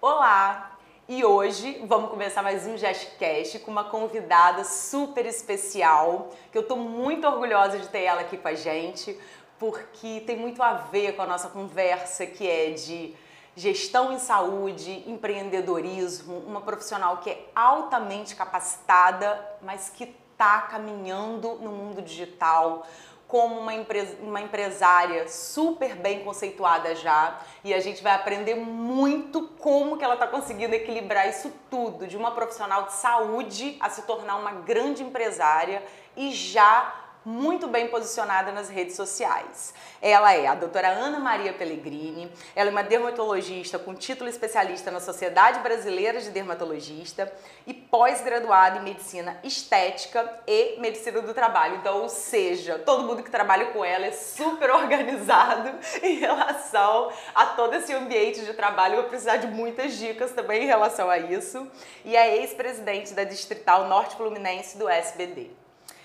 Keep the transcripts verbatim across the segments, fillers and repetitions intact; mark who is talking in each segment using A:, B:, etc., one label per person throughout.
A: Olá! E hoje vamos começar mais um JazzCast com uma convidada super especial, que eu tô muito orgulhosa de ter ela aqui com a gente, porque tem muito a ver com a nossa conversa, que é de gestão em saúde, empreendedorismo, uma profissional que é altamente capacitada, mas que está caminhando no mundo digital, como uma, empresa, uma empresária super bem conceituada já, e a gente vai aprender muito como que ela está conseguindo equilibrar isso tudo, de uma profissional de saúde a se tornar uma grande empresária e já muito bem posicionada nas redes sociais. Ela é a doutora Ana Maria Pellegrini, ela é uma dermatologista com título especialista na Sociedade Brasileira de Dermatologista e pós-graduada em Medicina Estética e Medicina do Trabalho. Então, ou seja, todo mundo que trabalha com ela é super organizado em relação a todo esse ambiente de trabalho. Eu vou precisar de muitas dicas também em relação a isso. E é ex-presidente da Distrital Norte Fluminense do S B D.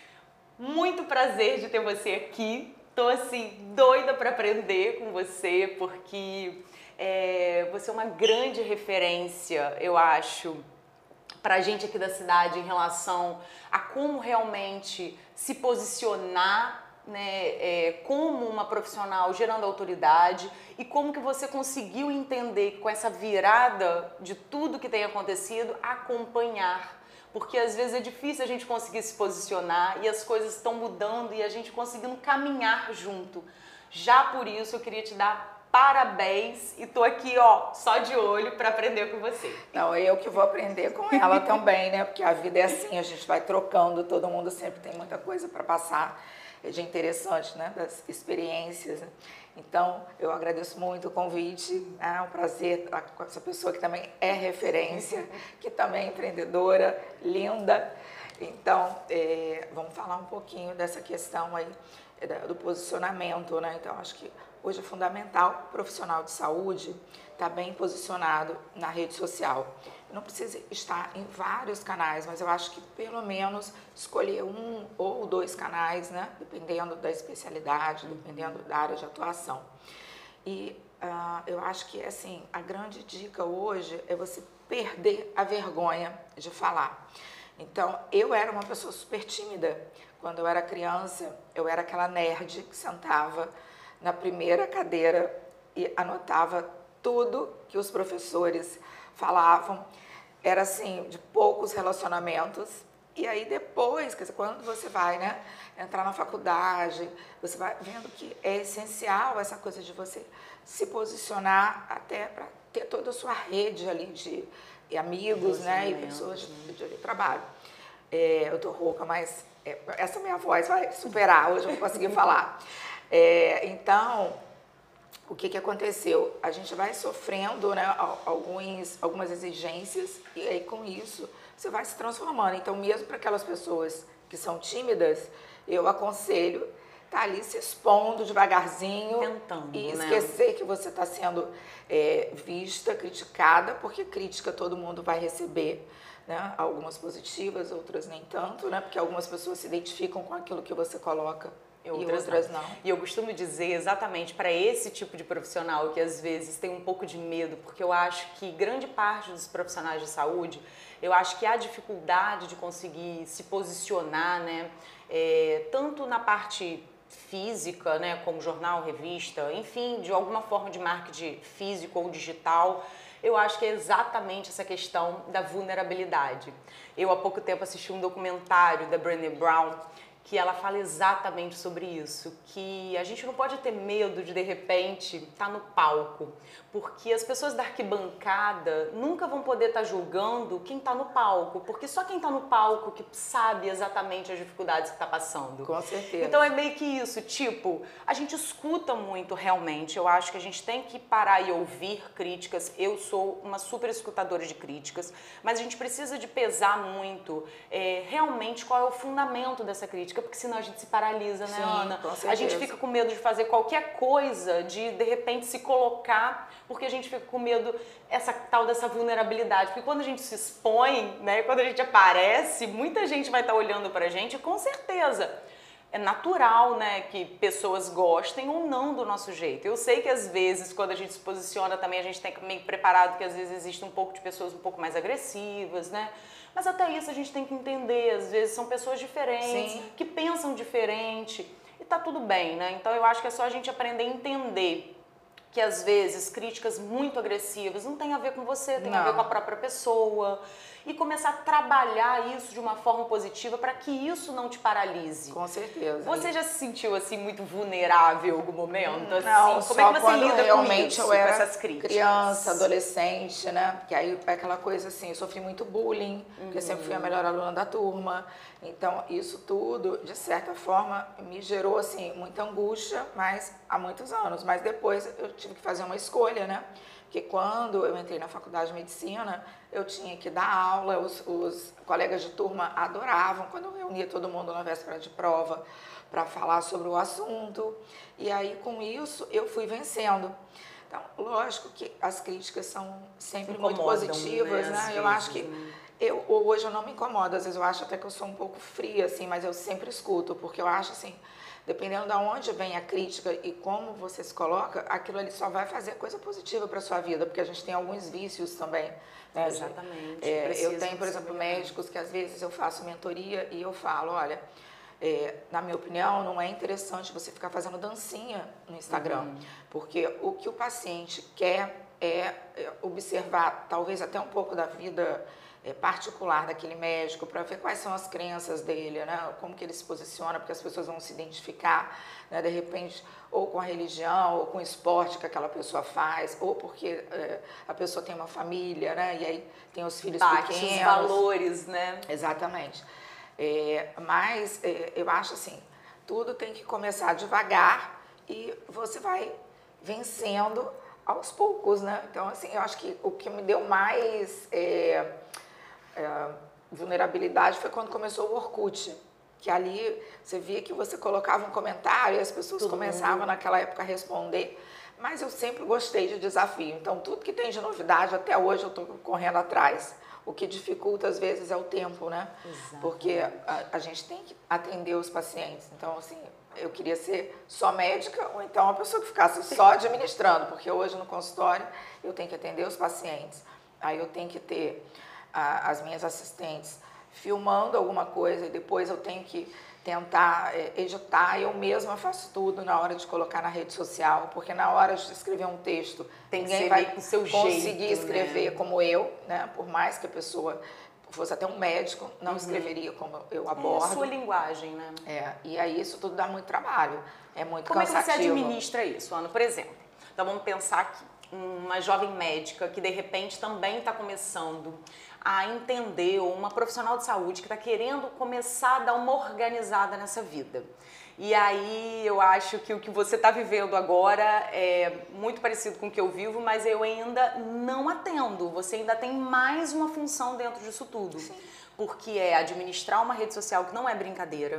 A: Muito prazer de ter você aqui. Tô assim doida para aprender com você, porque é, você é uma grande referência, eu acho, para a gente aqui da cidade em relação a como realmente se posicionar, né, é, como uma profissional gerando autoridade e como que você conseguiu entender com essa virada de tudo que tem acontecido, acompanhar. Porque às vezes é difícil a gente conseguir se posicionar e as coisas estão mudando e a gente conseguindo caminhar junto. Já por isso eu queria te dar parabéns e tô aqui, ó, só de olho para aprender com você.
B: Não, eu que vou aprender com ela também, né? Porque a vida é assim, a gente vai trocando, todo mundo sempre tem muita coisa para passar de interessante, né? Das experiências. Então, eu agradeço muito o convite, é um prazer estar com essa pessoa que também é referência, que também é empreendedora, linda. Então, é, vamos falar um pouquinho dessa questão aí do posicionamento, né? Então, acho que hoje é fundamental o profissional de saúde estar bem posicionado na rede social. Não precisa estar em vários canais, mas eu acho que pelo menos escolher um ou dois canais, né? Dependendo da especialidade, dependendo da área de atuação. E uh, eu acho que assim, a grande dica hoje é você perder a vergonha de falar. Então, eu era uma pessoa super tímida. Quando eu era criança, eu era aquela nerd que sentava na primeira cadeira e anotava tudo que os professores falavam. Era assim, de poucos relacionamentos. E aí depois, quer dizer, quando você vai, né, entrar na faculdade, você vai vendo que é essencial essa coisa de você se posicionar até para ter toda a sua rede ali de, de amigos, né, e pessoas de, de, de trabalho. É, eu tô rouca, mas é, essa minha voz vai superar, hoje eu vou conseguir falar. É, então, o que que aconteceu? A gente vai sofrendo, né, alguns, algumas exigências e aí com isso você vai se transformando. Então, mesmo para aquelas pessoas que são tímidas, eu aconselho estar tá ali se expondo devagarzinho.
A: Tentando,
B: e
A: né?
B: esquecer que você está sendo é, vista, criticada, porque crítica todo mundo vai receber, né? Algumas positivas, outras nem tanto, né? Porque algumas pessoas se identificam com aquilo que você coloca. E outras, e outras não. não.
A: E eu costumo dizer exatamente para esse tipo de profissional que às vezes tem um pouco de medo, porque eu acho que grande parte dos profissionais de saúde, eu acho que há dificuldade de conseguir se posicionar, né? É, tanto na parte física, né, como jornal, revista, enfim, de alguma forma de marketing físico ou digital. Eu acho que é exatamente essa questão da vulnerabilidade. Eu há pouco tempo assisti um documentário da Brené Brown que ela fala exatamente sobre isso, que a gente não pode ter medo de, de repente, estar no palco, porque as pessoas da arquibancada nunca vão poder estar julgando quem está no palco, porque só quem está no palco que sabe exatamente as dificuldades que está passando.
B: Com certeza.
A: Então é meio que isso, tipo, a gente escuta muito realmente, eu acho que a gente tem que parar e ouvir críticas, eu sou uma super escutadora de críticas, mas a gente precisa de pesar muito é, realmente qual é o fundamento dessa crítica, porque senão a gente se paralisa, né,
B: Sim,
A: Ana?
B: com certeza.
A: A gente fica com medo de fazer qualquer coisa, de de repente se colocar, porque a gente fica com medo essa tal dessa vulnerabilidade, porque quando a gente se expõe, né, quando a gente aparece, muita gente vai estar olhando pra gente, com certeza é natural, né, que pessoas gostem ou não do nosso jeito. Eu sei que às vezes, quando a gente se posiciona também, a gente tem que meio preparado que às vezes existe um pouco de pessoas um pouco mais agressivas, né? Mas até isso a gente tem que entender, às vezes são pessoas diferentes, Sim. que pensam diferente e tá tudo bem, né? Então eu acho que é só a gente aprender a entender que às vezes críticas muito agressivas não tem a ver com você, tem não. a ver com a própria pessoa. E começar a trabalhar isso de uma forma positiva para que isso não te paralise.
B: Com certeza.
A: Você já se sentiu assim muito vulnerável em algum momento? Assim?
B: Não,
A: como é que você lida
B: realmente
A: com isso,
B: eu era
A: com essas críticas?
B: Criança, adolescente, né? Porque aí é aquela coisa assim, eu sofri muito bullying, uhum. porque eu sempre fui a melhor aluna da turma. Então, isso tudo, de certa forma, me gerou assim muita angústia, mas há muitos anos. Mas depois eu tive que fazer uma escolha, né? Porque quando eu entrei na faculdade de medicina, eu tinha que dar aula, os, os colegas de turma adoravam quando eu reunia todo mundo na véspera de prova para falar sobre o assunto. E aí, com isso, eu fui vencendo. Então, lógico que as críticas são sempre muito positivas, né? né? Eu acho que eu, hoje eu não me incomodo, às vezes eu acho até que eu sou um pouco fria, assim, mas eu sempre escuto, porque eu acho assim, dependendo de onde vem a crítica e como você se coloca, aquilo ali só vai fazer coisa positiva para sua vida, porque a gente tem alguns vícios também. Né?
A: Exatamente.
B: É, eu tenho, por exemplo, médicos que às vezes eu faço mentoria e eu falo, olha, é, na minha opinião, não é interessante você ficar fazendo dancinha no Instagram, uhum. porque o que o paciente quer é observar, talvez até um pouco da vida É, particular daquele médico, para ver quais são as crenças dele, né? Como que ele se posiciona, porque as pessoas vão se identificar, né? De repente, ou com a religião, ou com o esporte que aquela pessoa faz, ou porque é, a pessoa tem uma família, né? E aí tem os filhos
A: Bate
B: pequenos.
A: Os valores, né?
B: Exatamente. É, mas é, eu acho assim, tudo tem que começar devagar e você vai vencendo aos poucos, né? Então, assim, eu acho que o que me deu mais... É, É, vulnerabilidade foi quando começou o Orkut, que ali você via que você colocava um comentário e as pessoas tudo começavam mundo. naquela época a responder, mas eu sempre gostei de desafio, então tudo que tem de novidade até hoje eu estou correndo atrás. O que dificulta às vezes é o tempo, né? Exatamente. Porque a, a gente tem que atender os pacientes, então assim, eu queria ser só médica ou então uma pessoa que ficasse só administrando, porque hoje no consultório eu tenho que atender os pacientes, aí eu tenho que ter A, as minhas assistentes filmando alguma coisa e depois eu tenho que tentar é, editar, eu mesma faço tudo na hora de colocar na rede social, porque na hora de escrever um texto,
A: tem
B: ninguém vai
A: com seu
B: conseguir
A: jeito,
B: escrever
A: né?
B: como eu, né? Por mais que a pessoa fosse até um médico, não uhum. escreveria como eu abordo.
A: É a sua linguagem, né?
B: É, e aí isso tudo dá muito trabalho, é muito
A: como
B: cansativo.
A: Como é que você administra isso, Ana? Por exemplo, então vamos pensar aqui, uma jovem médica que de repente também está começando a entender, ou uma profissional de saúde que está querendo começar a dar uma organizada nessa vida. E aí eu acho que o que você está vivendo agora é muito parecido com o que eu vivo, mas eu ainda não atendo. Você ainda tem mais uma função dentro disso tudo. Sim. Porque é administrar uma rede social que não é brincadeira,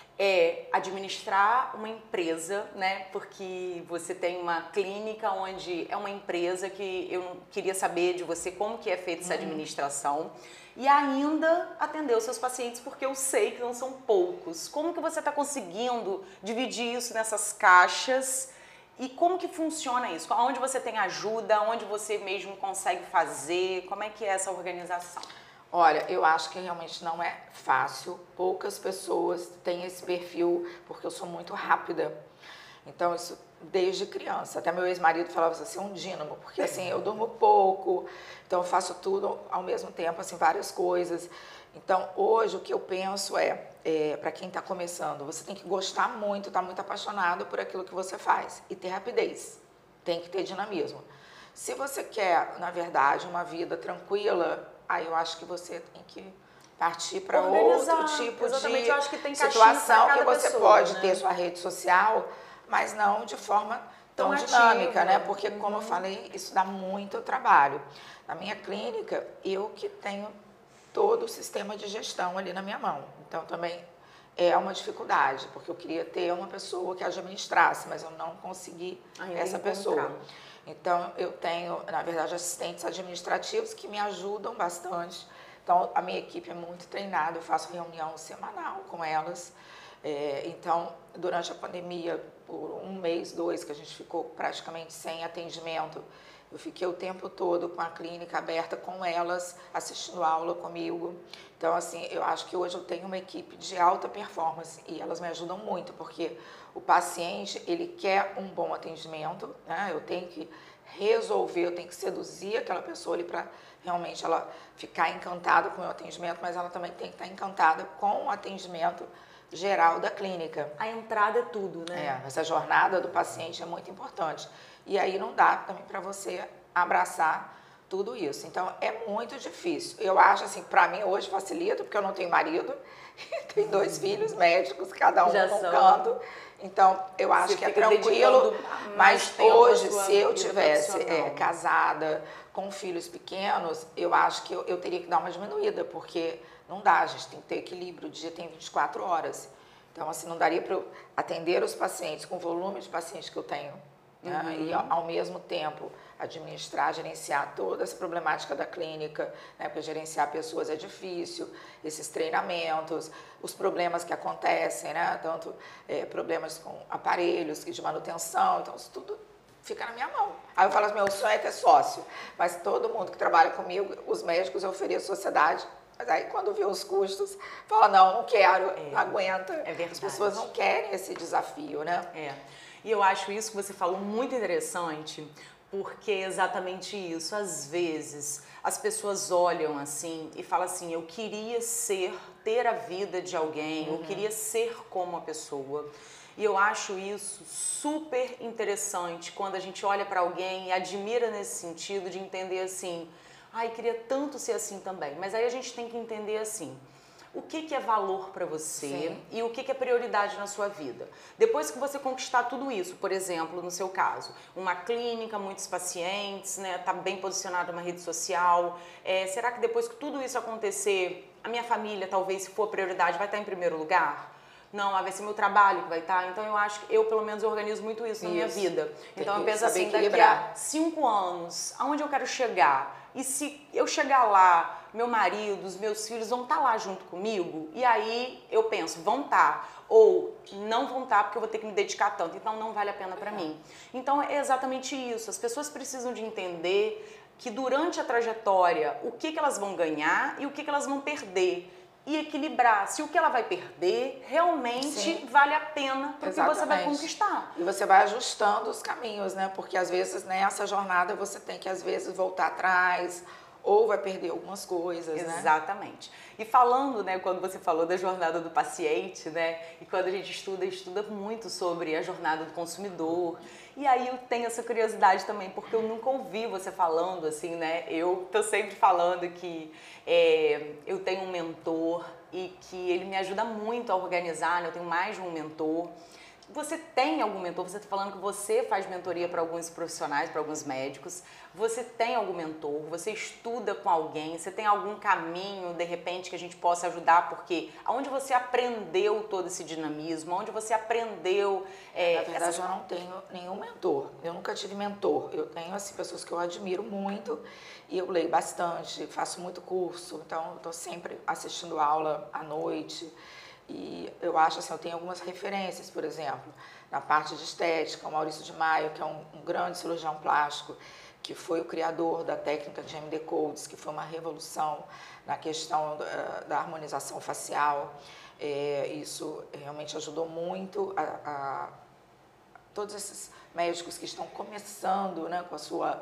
A: é administrar uma empresa, né? Porque você tem uma clínica onde é uma empresa que eu queria saber de você como que é feita essa administração e ainda atender os seus pacientes, porque eu sei que não são poucos. Como que você está conseguindo dividir isso nessas caixas e como que funciona isso? Onde você tem ajuda, onde você mesmo consegue fazer, como é que é essa organização?
B: Olha, eu acho que realmente não é fácil, poucas pessoas têm esse perfil, porque eu sou muito rápida, então isso desde criança, até meu ex-marido falava assim, você é um dínamo, porque assim, eu durmo pouco, então eu faço tudo ao mesmo tempo, assim, várias coisas, então hoje o que eu penso é, é para quem está começando, você tem que gostar muito, estar tá muito apaixonado por aquilo que você faz e ter rapidez, tem que ter dinamismo. Se você quer, na verdade, uma vida tranquila, aí eu acho que você tem que partir para outro tipo
A: Exatamente,
B: de
A: eu acho que tem
B: situação que você
A: pessoa,
B: pode
A: né?
B: ter sua rede social, mas não de forma tão, tão dinâmica, ativa, né? Porque, uhum. como eu falei, isso dá muito trabalho. Na minha clínica, eu que tenho todo o sistema de gestão ali na minha mão. Então, também é uma dificuldade, porque eu queria ter uma pessoa que administrasse, mas eu não consegui Ainda essa encontrar. pessoa. Então, eu tenho, na verdade, assistentes administrativos que me ajudam bastante. Então, a minha equipe é muito treinada, eu faço reunião semanal com elas. É, então, durante a pandemia, por um mês, dois, que a gente ficou praticamente sem atendimento, eu fiquei o tempo todo com a clínica aberta com elas, assistindo aula comigo. Então, assim, eu acho que hoje eu tenho uma equipe de alta performance e elas me ajudam muito, porque o paciente, ele quer um bom atendimento, né? Eu tenho que resolver, eu tenho que seduzir aquela pessoa ali para realmente ela ficar encantada com o meu atendimento, mas ela também tem que estar encantada com o atendimento geral da clínica.
A: A entrada é tudo, né?
B: É, essa jornada do paciente é muito importante. E aí não dá também para você abraçar tudo isso. Então é muito difícil. Eu acho assim, para mim hoje facilita, porque eu não tenho marido, tenho dois filhos médicos, cada um num canto. Então eu acho
A: você
B: que é tranquilo. Mas hoje, se eu tivesse é, casada, com filhos pequenos, eu acho que eu, eu teria que dar uma diminuída, porque não dá, a gente tem que ter equilíbrio, o dia tem vinte e quatro horas. Então, assim, não daria para eu atender os pacientes com o volume de pacientes que eu tenho, né? Uhum. E, ao, ao mesmo tempo, administrar, gerenciar toda essa problemática da clínica, né? Porque gerenciar pessoas é difícil, esses treinamentos, os problemas que acontecem, né? Tanto é, problemas com aparelhos de manutenção, então isso tudo fica na minha mão. Aí eu falo, meu sonho é ter sócio, mas todo mundo que trabalha comigo, os médicos, eu ofereço sociedade. Mas aí quando vê os custos, fala, não, não quero, é, não aguenta.
A: É verdade.
B: As pessoas não querem esse desafio, né?
A: É. E eu acho isso que você falou muito interessante, porque é exatamente isso. Às vezes, as pessoas olham assim e falam assim, eu queria ser, ter a vida de alguém, uhum. eu queria ser como a pessoa. E eu acho isso super interessante quando a gente olha para alguém e admira nesse sentido de entender assim, ai, queria tanto ser assim também. Mas aí a gente tem que entender assim, o que, que é valor para você Sim. e o que, que é prioridade na sua vida. Depois que você conquistar tudo isso, por exemplo, no seu caso, uma clínica, muitos pacientes, né, tá bem posicionado numa rede social, é, será que depois que tudo isso acontecer, a minha família, talvez, se for prioridade, vai estar em primeiro lugar? Não, vai ser meu trabalho que vai estar. Então, eu acho que eu, pelo menos, organizo muito isso, isso. na minha vida. Tem então, eu penso assim, daqui a cinco anos, aonde eu quero chegar? E se eu chegar lá, meu marido, os meus filhos vão estar lá junto comigo? E aí, eu penso, vão estar. Ou não vão estar porque eu vou ter que me dedicar tanto. Então, não vale a pena para mim. Então, é exatamente isso. As pessoas precisam de entender que durante a trajetória, o que, que elas vão ganhar e o que, que elas vão perder. E equilibrar se o que ela vai perder realmente Sim. vale a pena porque Exatamente. Você vai conquistar.
B: E você vai ajustando os caminhos, né? Porque às vezes nessa jornada você tem que às vezes voltar atrás ou vai perder algumas coisas,
A: Exatamente. né? Exatamente. E falando, né, quando você falou da jornada do paciente, né, e quando a gente estuda, estuda muito sobre a jornada do consumidor. E aí eu tenho essa curiosidade também, porque eu nunca ouvi você falando assim, né? Eu tô sempre falando que é, eu tenho um mentor e que ele me ajuda muito a organizar, né? Eu tenho mais de um mentor. Você tem algum mentor? Você está falando que você faz mentoria para alguns profissionais, para alguns médicos. Você tem algum mentor? Você estuda com alguém? Você tem algum caminho, de repente, que a gente possa ajudar? Porque aonde você aprendeu todo esse dinamismo? Onde você aprendeu...
B: É, Na verdade, essa... eu não tenho nenhum mentor. Eu nunca tive mentor. Eu tenho assim, pessoas que eu admiro muito e eu leio bastante, faço muito curso. Então, eu estou sempre assistindo aula à noite. E eu acho assim, eu tenho algumas referências, por exemplo, na parte de estética, o Maurício de Maio, que é um, um grande cirurgião plástico, que foi o criador da técnica de M D Codes, que foi uma revolução na questão da, da harmonização facial. É, isso realmente ajudou muito a, a todos esses médicos que estão começando, né, com a sua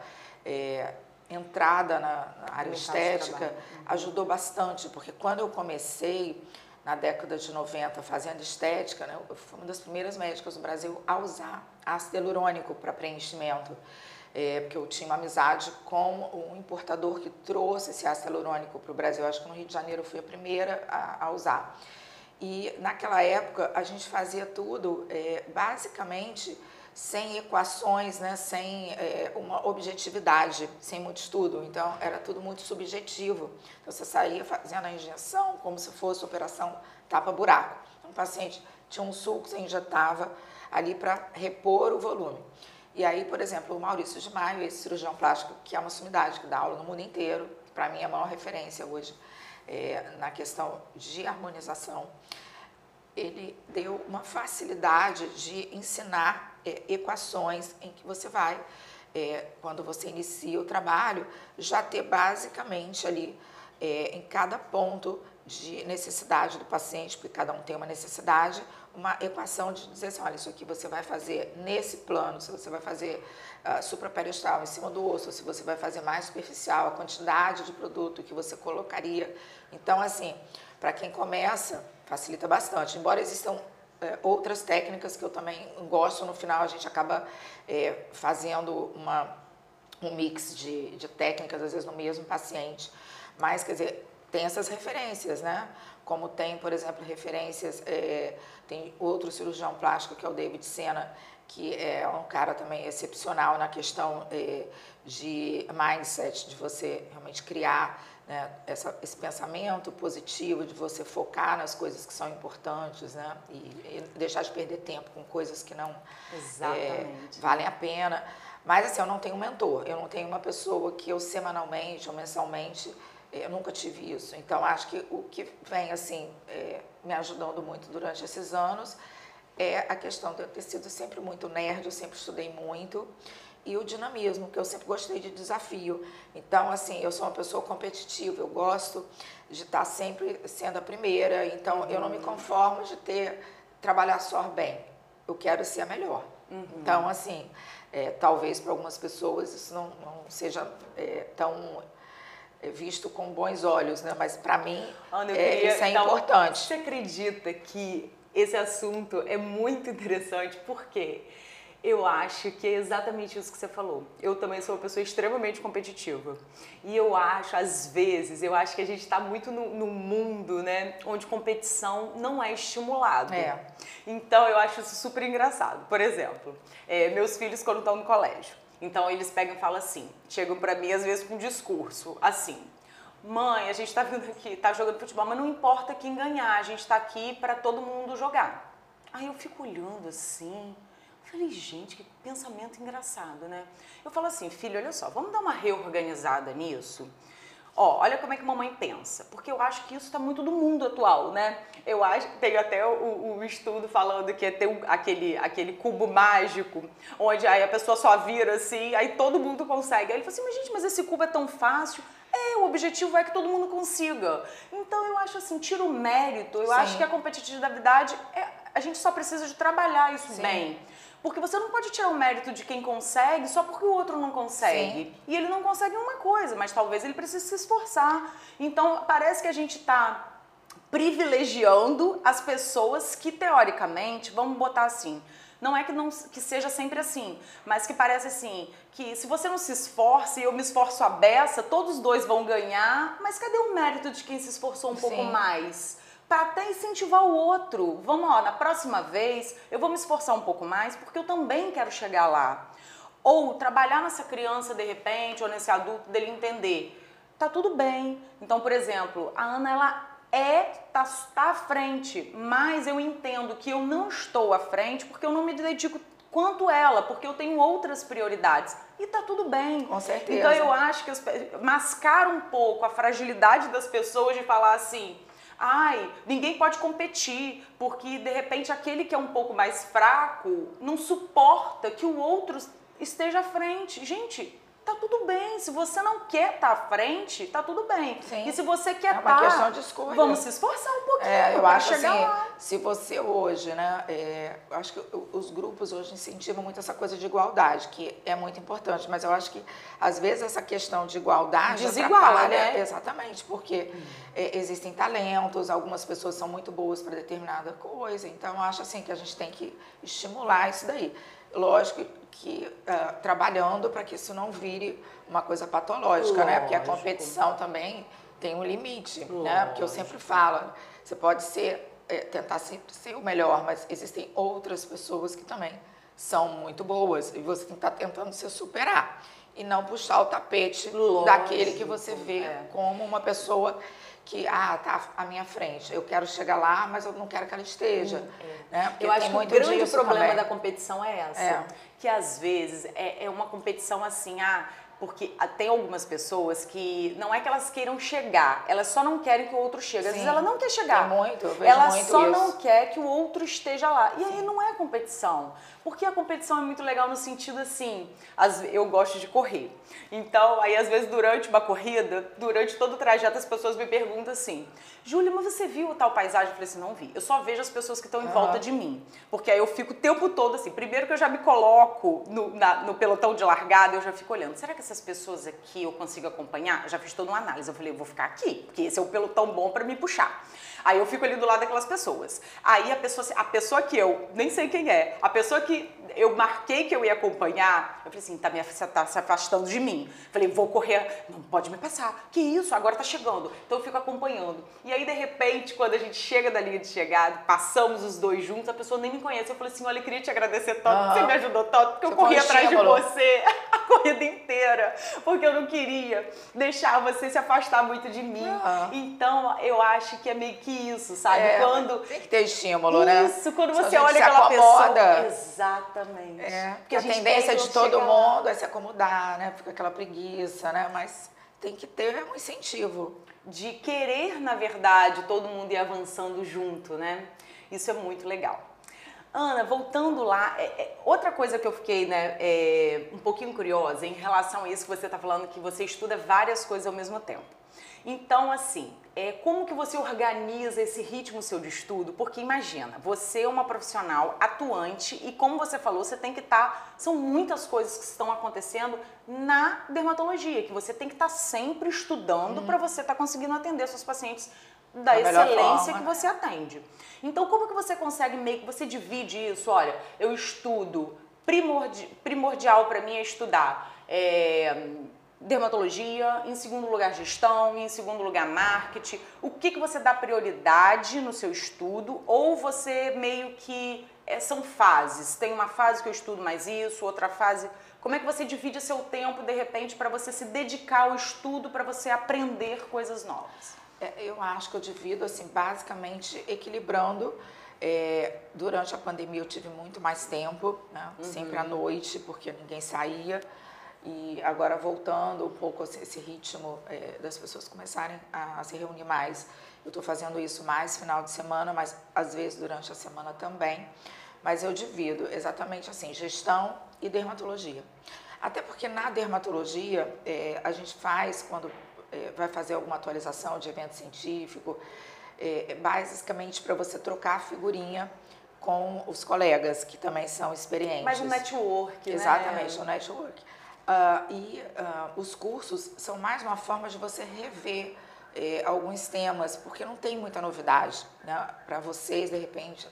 B: é, entrada na, na área estética, ajudou bastante, porque quando eu comecei na década de noventa, fazendo estética, né? Eu fui uma das primeiras médicas do Brasil a usar ácido hialurônico para preenchimento, é, porque eu tinha uma amizade com um importador que trouxe esse ácido hialurônico para o Brasil. Acho que no Rio de Janeiro eu fui a primeira a, a usar. E naquela época a gente fazia tudo é, basicamente sem equações, né, sem é, uma objetividade, sem muito estudo. Então, era tudo muito subjetivo. Então, você saía fazendo a injeção como se fosse operação tapa-buraco. Então, o paciente tinha um suco, você injetava ali para repor o volume. E aí, por exemplo, o Maurício de Maio, esse cirurgião plástico, que é uma sumidade, que dá aula no mundo inteiro, para mim é a maior referência hoje é, na questão de harmonização. ele deu uma facilidade de ensinar é, equações em que você vai, é, quando você inicia o trabalho, já ter basicamente ali, é, em cada ponto de necessidade do paciente, porque cada um tem uma necessidade, uma equação de dizer assim, olha, isso aqui você vai fazer nesse plano, se você vai fazer uh, supraperiostral em cima do osso, se você vai fazer mais superficial, a quantidade de produto que você colocaria. Então, assim, para quem começa, facilita bastante. Embora existam é, outras técnicas que eu também gosto, no final a gente acaba é, fazendo uma, um mix de, de técnicas, às vezes no mesmo paciente. Mas, quer dizer, tem essas referências, né? Como tem, por exemplo, referências, é, tem outro cirurgião plástico que é o David Senna, que é um cara também excepcional na questão é, de mindset, de você realmente criar, né, essa, esse pensamento positivo, de você focar nas coisas que são importantes, né, e, e deixar de perder tempo com coisas que não é, valem a pena. Mas assim, eu não tenho um mentor, eu não tenho uma pessoa que eu semanalmente ou mensalmente, eu nunca tive isso. Então, acho que o que vem assim é, me ajudando muito durante esses anos é a questão de eu ter sido sempre muito nerd, eu sempre estudei muito, e o dinamismo, que eu sempre gostei de desafio. Então, assim, eu sou uma pessoa competitiva, eu gosto de estar sempre sendo a primeira, então uhum. eu não me conformo de ter, trabalhar só bem, eu quero ser a melhor. Uhum. Então, assim, é, talvez para algumas pessoas isso não, não seja é, tão é, visto com bons olhos, né? Mas para mim
A: Ana, eu
B: é,
A: queria,
B: isso é
A: então,
B: importante.
A: Você acredita que esse assunto é muito interessante? Por quê? Eu acho que é exatamente isso que você falou. Eu também sou uma pessoa extremamente competitiva. E eu acho, às vezes, eu acho que a gente está muito no, no mundo, né, onde competição não é estimulado.
B: É.
A: Então, eu acho isso super engraçado. Por exemplo, é, meus filhos quando estão no colégio, então eles pegam e falam assim, chegam pra mim às vezes com um discurso assim, mãe, a gente tá vindo aqui, tá jogando futebol, mas não importa quem ganhar, a gente tá aqui para todo mundo jogar. Aí eu fico olhando assim, falei, gente, que pensamento engraçado, né? Eu falo assim, filho, olha só, vamos dar uma reorganizada nisso? Ó, olha como é que mamãe pensa, porque eu acho que isso está muito do mundo atual, né? Eu acho, tem até o, o estudo falando que é ter um, aquele, aquele cubo mágico, onde aí a pessoa só vira assim, aí todo mundo consegue. Aí ele fala assim, mas gente, mas esse cubo é tão fácil. É, o objetivo é que todo mundo consiga. Então eu acho assim, tira o mérito, eu Sim. acho que a competitividade, é, a gente só precisa de trabalhar isso Sim. bem. Porque você não pode tirar o mérito de quem consegue só porque o outro não consegue. Sim. E ele não consegue uma coisa, mas talvez ele precise se esforçar. Então, parece que a gente está privilegiando as pessoas que, teoricamente, vamos botar assim, não é que, não, que seja sempre assim, mas que parece assim, que se você não se esforça e eu me esforço a beça, todos os dois vão ganhar, mas cadê o mérito de quem se esforçou um Sim. pouco mais? Para até incentivar o outro. Vamos, ó, na próxima vez eu vou me esforçar um pouco mais porque eu também quero chegar lá. Ou trabalhar nessa criança de repente, ou nesse adulto, dele entender, tá tudo bem. Então, por exemplo, a Ana, ela é, tá, tá à frente, mas eu entendo que eu não estou à frente porque eu não me dedico quanto ela, porque eu tenho outras prioridades. E tá tudo bem.
B: Com certeza.
A: Então eu acho que as, mascar um pouco a fragilidade das pessoas de falar assim, ai, ninguém pode competir, porque de repente aquele que é um pouco mais fraco não suporta que o outro esteja à frente. Gente, tá tudo bem. Se você não quer estar à frente, tá tudo bem.
B: Sim.
A: E se você quer estar,
B: é uma tá, questão de escolha.
A: Vamos se esforçar um pouquinho.
B: É, eu acho
A: chegar
B: assim,
A: lá.
B: Se você hoje, né, é, eu acho que os grupos hoje incentivam muito essa coisa de igualdade, que é muito importante, mas eu acho que às vezes essa questão de igualdade
A: desiguala, né?
B: Exatamente, porque hum. é, existem talentos, algumas pessoas são muito boas para determinada coisa, então eu acho assim que a gente tem que estimular isso daí. Lógico que uh, trabalhando para que isso não vire uma coisa patológica, Lógico. né? Porque a competição também tem um limite, Lógico. né? Porque eu sempre falo, você pode ser, é, tentar sempre ser o melhor, mas existem outras pessoas que também são muito boas e você tem que estar tentando se superar e não puxar o tapete Lógico. daquele que você vê é. como uma pessoa que, ah, tá à minha frente, eu quero chegar lá, mas eu não quero que ela esteja. Hum, é. né?
A: Eu acho que o grande problema
B: também.
A: da competição é essa, é. que às vezes é, é uma competição assim, ah, Porque tem algumas pessoas que não é que elas queiram chegar, elas só não querem que o outro chegue. Às
B: Sim.
A: vezes ela não quer chegar.
B: Tem muito, eu vejo
A: ela
B: muito
A: só
B: isso.
A: não quer que o outro esteja lá. E
B: Sim.
A: aí não é competição. Porque a competição é muito legal no sentido assim, as, eu gosto de correr. Então, aí às vezes durante uma corrida, durante todo o trajeto, as pessoas me perguntam assim, Júlia, mas você viu tal paisagem? Eu falei assim, não vi. Eu só vejo as pessoas que estão em uhum. volta de mim. Porque aí eu fico o tempo todo assim, primeiro que eu já me coloco no, na, no pelotão de largada, eu já fico olhando, será que essas pessoas aqui eu consigo acompanhar? Eu já fiz toda uma análise, eu falei, eu vou ficar aqui, porque esse é o pelotão bom para me puxar. Aí eu fico ali do lado daquelas pessoas. Aí a pessoa, a pessoa que eu, nem sei quem é, a pessoa que eu marquei que eu ia acompanhar, eu falei assim, tá, me, tá se afastando de mim. Falei, vou correr, não pode me passar. Que isso, agora tá chegando. Então eu fico acompanhando. E aí, de repente, quando a gente chega da linha de chegada, passamos os dois juntos, a pessoa nem me conhece. Eu falei assim, olha, eu queria te agradecer tanto, uhum. você me ajudou tanto, porque você eu corri atrás de você a corrida inteira, porque eu não queria deixar você se afastar muito de mim. Uhum. Então, eu acho que é meio que isso, sabe?
B: É,
A: quando
B: tem que ter estímulo,
A: isso,
B: né?
A: Isso, quando
B: Só
A: você olha aquela
B: acomoda.
A: pessoa. Exatamente.
B: É,
A: porque
B: a,
A: a gente
B: tendência de todo
A: chegar...
B: mundo é se acomodar, né? Fica aquela preguiça, né? Mas tem que ter um incentivo.
A: De querer, na verdade, todo mundo ir avançando junto, né? Isso é muito legal. Ana, voltando lá, é, é, outra coisa que eu fiquei né, é, um pouquinho curiosa em relação a isso que você está falando, que você estuda várias coisas ao mesmo tempo. Então, assim, é, como que você organiza esse ritmo seu de estudo? Porque imagina, você é uma profissional atuante e como você falou, você tem que estar... Tá, são muitas coisas que estão acontecendo na dermatologia, que você tem que estar tá sempre estudando hum. para você estar tá conseguindo atender seus pacientes da excelência que você atende. Então, como que você consegue meio que você divide isso? Olha, eu estudo, primordi, primordial para mim é estudar é, dermatologia, em segundo lugar gestão, em segundo lugar marketing. O que que você dá prioridade no seu estudo? Ou você meio que é, são fases? Tem uma fase que eu estudo mais isso, outra fase... Como é que você divide seu tempo, de repente, para você se dedicar ao estudo, para você aprender coisas novas?
B: Eu acho que eu divido, assim, basicamente equilibrando. É, durante a pandemia eu tive muito mais tempo, né? Uhum. Sempre à noite, porque ninguém saía. E agora voltando um pouco assim, esse ritmo é, das pessoas começarem a, a se reunir mais. Eu estou fazendo isso mais final de semana, mas às vezes durante a semana também. Mas eu divido exatamente assim, gestão e dermatologia. Até porque na dermatologia é, a gente faz quando... vai fazer alguma atualização de evento científico, é, basicamente para você trocar figurinha com os colegas que também são experientes.
A: Mas o network, né?
B: Exatamente, o network. Uh, e uh, os cursos são mais uma forma de você rever é, alguns temas, porque não tem muita novidade, né? Para vocês, de repente,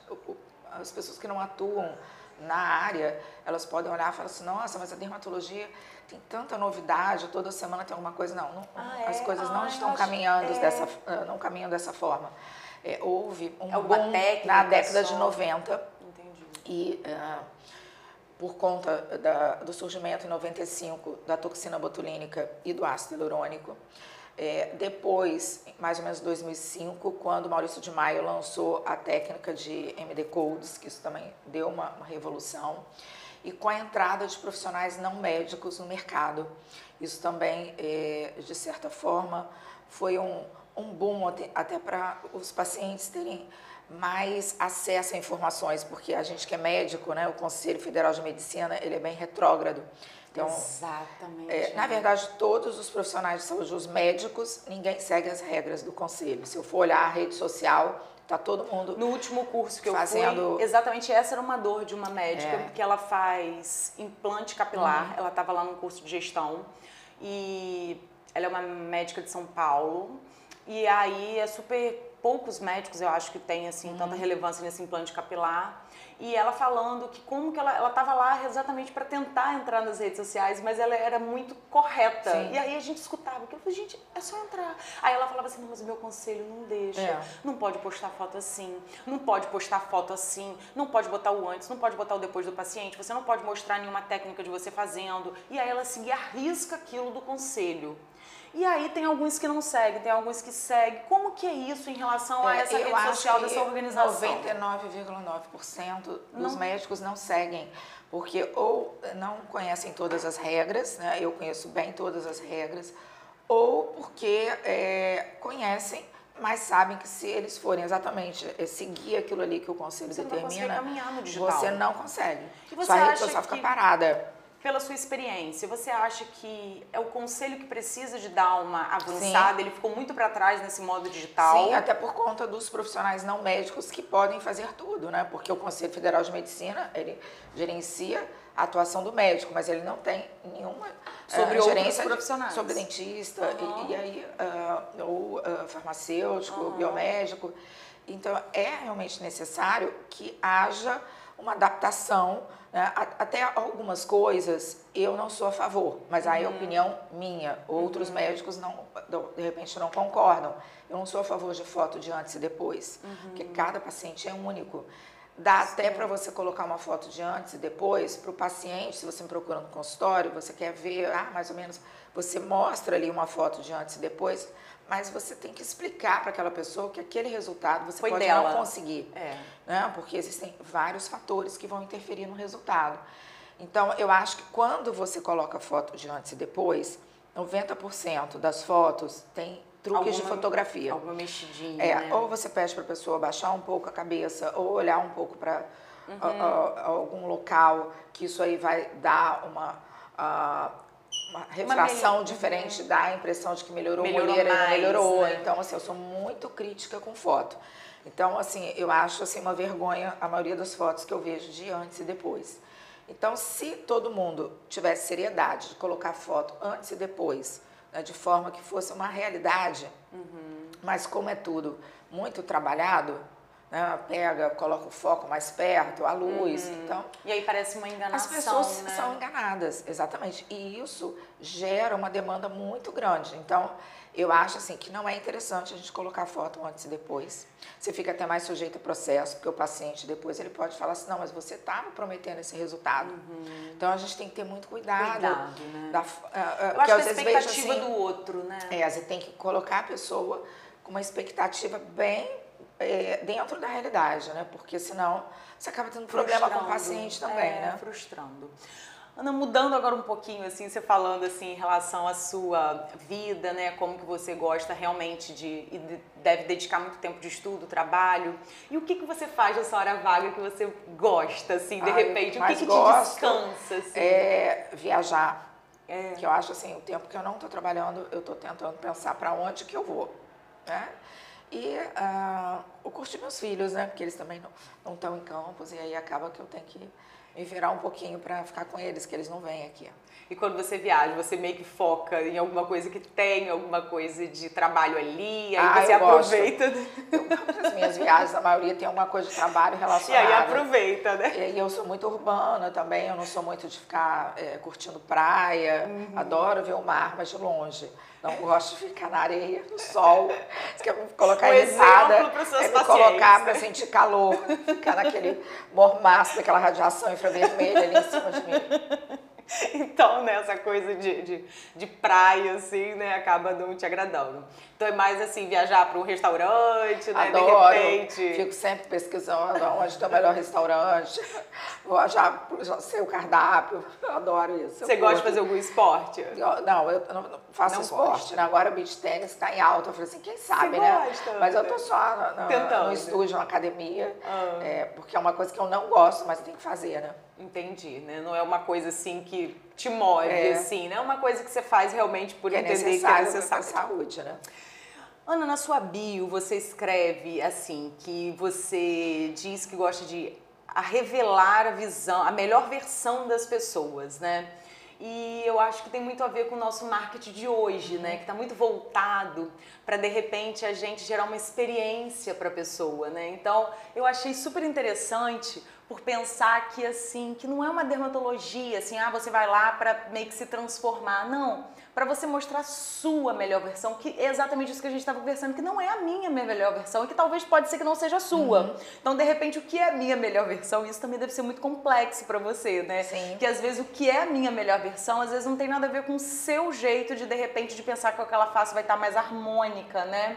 B: as pessoas que não atuam na área, elas podem olhar e falar assim, nossa, mas a dermatologia tem tanta novidade, toda semana tem alguma coisa. Não, não
A: ah,
B: as
A: é?
B: coisas não
A: ah,
B: estão caminhando, é. dessa, não caminham dessa forma. É, houve um boom na década de noventa.
A: Entendi.
B: E uh, por conta da, do surgimento em noventa e cinco da toxina botulínica e do ácido hialurônico. É, depois, mais ou menos em dois mil e cinco, quando Maurício de Maio lançou a técnica de M D Codes, que isso também deu uma, uma revolução, e com a entrada de profissionais não médicos no mercado. Isso também, é, de certa forma, foi um, um boom até, até para os pacientes terem mais acesso a informações, porque a gente que é médico, né, o Conselho Federal de Medicina, ele é bem retrógrado. Então,
A: exatamente.
B: É, na verdade, todos os profissionais de saúde, os médicos, ninguém segue as regras do conselho. Se eu for olhar a rede social, tá todo mundo
A: no último curso que
B: fazendo...
A: eu fui, exatamente essa era uma dor de uma médica,
B: É.
A: porque ela faz implante capilar,
B: uhum.
A: ela estava lá no curso de gestão e ela é uma médica de São Paulo e aí é super... poucos médicos eu acho que tem assim, uhum. tanta relevância nesse implante capilar. E ela falando que como que ela estava lá exatamente para tentar entrar nas redes sociais, mas ela era muito correta. Sim. E aí a gente escutava, que eu falei, gente, é só entrar. Aí ela falava assim, não, mas o meu conselho não deixa. É. Não pode postar foto assim, não pode postar foto assim, não pode botar o antes, não pode botar o depois do paciente, você não pode mostrar nenhuma técnica de você fazendo. E aí ela seguia a risca aquilo do conselho. E aí tem alguns que não seguem, tem alguns que seguem. Como que é isso em relação a essa
B: É, eu
A: rede
B: acho
A: social
B: que
A: dessa organização?
B: noventa e nove vírgula nove por cento dos
A: Não.
B: médicos não seguem, porque ou não conhecem todas as regras, né? Eu conheço bem todas as regras, ou porque é, conhecem, mas sabem que se eles forem exatamente é, seguir aquilo ali que o conselho
A: Você não vai
B: determina,
A: conseguir caminhar no digital.
B: você não consegue.
A: E você
B: Sua rede
A: acha
B: social fica
A: que-
B: parada.
A: Pela sua experiência, você acha que é o conselho que precisa de dar uma avançada?
B: Sim.
A: Ele ficou muito para trás nesse modo digital?
B: Sim, até por conta dos profissionais não médicos que podem fazer tudo, né? Porque o Conselho Federal de Medicina, ele gerencia a atuação do médico, mas ele não tem nenhuma
A: Sobre
B: uh,
A: outros
B: gerência
A: profissionais.
B: sobre dentista
A: Uhum.
B: e, e aí uh, ou uh, farmacêutico,
A: Uhum.
B: biomédico. Então é realmente necessário que haja uma adaptação, né? Até algumas coisas eu não sou a favor, mas aí é
A: Uhum.
B: opinião minha. Outros
A: Uhum.
B: médicos não, de repente não concordam. Eu não sou a favor de foto de antes e depois,
A: Uhum.
B: porque cada paciente é único. Dá
A: Sim.
B: até para você colocar uma foto de antes e depois para o paciente, se você me procura no consultório, você quer ver, ah, mais ou menos, você mostra ali uma foto de antes e depois, mas você tem que explicar para aquela pessoa que aquele resultado você
A: Foi
B: pode
A: dela.
B: não conseguir,
A: É.
B: né? Porque existem vários fatores que vão interferir no resultado. Então, eu acho que quando você coloca foto de antes e depois, noventa por cento das fotos tem truques
A: Alguma-
B: de fotografia.
A: Alguma mexidinha,
B: É,
A: né?
B: ou você pede para a pessoa baixar um pouco a cabeça, ou olhar um pouco para
A: Uhum.
B: algum local, que isso aí vai dar uma, uh, uma refração
A: mel-
B: diferente, dá a impressão de que melhorou,
A: Melhorou
B: o olheiro e não
A: mais,
B: melhorou.
A: né?
B: Então, assim, eu sou muito crítica com foto. Então, assim, eu acho assim, uma vergonha a maioria das fotos que eu vejo de antes e depois. Então, se todo mundo tivesse seriedade de colocar foto antes e depois, né, de forma que fosse uma realidade,
A: Uhum.
B: mas como é tudo muito trabalhado, né, pega, coloca o foco mais perto, a luz,
A: Uhum.
B: então
A: E aí parece uma
B: as
A: enganação,
B: pessoas
A: né?
B: são enganadas, exatamente, e isso gera uma demanda muito grande. Então, eu acho assim que não é interessante a gente colocar foto antes e depois. Você fica até mais sujeito a processo, porque o paciente depois ele pode falar assim, não, mas você estava prometendo esse resultado.
A: Uhum.
B: Então, a gente tem que ter muito cuidado.
A: Cuidado, né?
B: Da, uh, uh,
A: Eu acho que a expectativa do outro, né?
B: É, você tem que colocar a pessoa com uma expectativa bem é, dentro da realidade, né? Porque senão você acaba tendo problema com o paciente também,
A: é,
B: né?
A: frustrando. Ana, mudando agora um pouquinho, assim, você falando assim em relação à sua vida, né? Como que você gosta realmente de e de- deve dedicar muito tempo de estudo, trabalho. E o que que você faz nessa hora vaga que você gosta, assim, de
B: Ah, eu
A: repente? O que
B: mais
A: que te
B: gosto
A: descansa, assim?
B: É viajar.
A: É.
B: Que eu acho assim, o tempo que eu não estou trabalhando, eu estou tentando pensar para onde que eu vou, né? E uh, eu curti meus filhos, né? Porque eles também não estão em campus e aí acaba que eu tenho que me virar um pouquinho para ficar com eles, que eles não vêm aqui.
A: E quando você viaja, você meio que foca em alguma coisa que tem, alguma coisa de trabalho ali, aí
B: Ah,
A: você
B: eu
A: aproveita.
B: Eu, as minhas viagens, a maioria tem alguma coisa de trabalho
A: E
B: relacionada.
A: aí aproveita, né?
B: E eu sou muito urbana também, eu não sou muito de ficar é, curtindo praia,
A: Uhum.
B: adoro ver o mar, mas de longe. Não gosto de ficar na areia, no sol. Você quer me colocar
A: Um
B: irritada,
A: exemplo pros seus
B: é me
A: pacientes,
B: colocar
A: né?
B: para sentir calor, ficar naquele mormaço daquela radiação infravermelha ali em cima de mim.
A: Então, né, essa coisa de, de, de praia, assim, né, acaba não te agradando. Então é mais assim, viajar para um restaurante, né,
B: Adoro,
A: de repente.
B: fico sempre pesquisando onde tem o melhor restaurante, vou já, já sei o cardápio, eu adoro isso.
A: Você gosta de fazer algum esporte?
B: Eu, não, eu não, não faço
A: Não
B: esporte,
A: gosta.
B: né? Agora o beach tennis está em alta, eu falei assim, quem sabe,
A: Você
B: né?
A: gosta,
B: Mas eu
A: né?
B: tô só no, no,
A: Tentando.
B: no estúdio, na academia,
A: Ah.
B: é, porque é uma coisa que eu não gosto, mas tem que fazer, né?
A: Entendi, né? Não é uma coisa assim que te move,
B: É.
A: assim, né? É uma coisa que você faz realmente por
B: Que é
A: entender que é
B: necessário para a
A: necessário.
B: saúde, né?
A: Ana, na sua bio você escreve assim, que você diz que gosta de a revelar a visão, a melhor versão das pessoas, né? E eu acho que tem muito a ver com o nosso marketing de hoje, né? Que está muito voltado para, de repente, a gente gerar uma experiência para a pessoa, né? Então, eu achei super interessante, por pensar que assim, que não é uma dermatologia, assim, ah, você vai lá para meio que se transformar. Não, para você mostrar a sua melhor versão, que é exatamente isso que a gente estava conversando, que não é a minha melhor versão e que talvez pode ser que não seja a sua. Uhum. Então, de repente, o que é a minha melhor versão, isso também deve ser muito complexo para você, né?
B: Sim.
A: Que às vezes o que é a minha melhor versão, às vezes não tem nada a ver com o seu jeito de, de repente, de pensar que aquela face vai estar mais harmônica, né?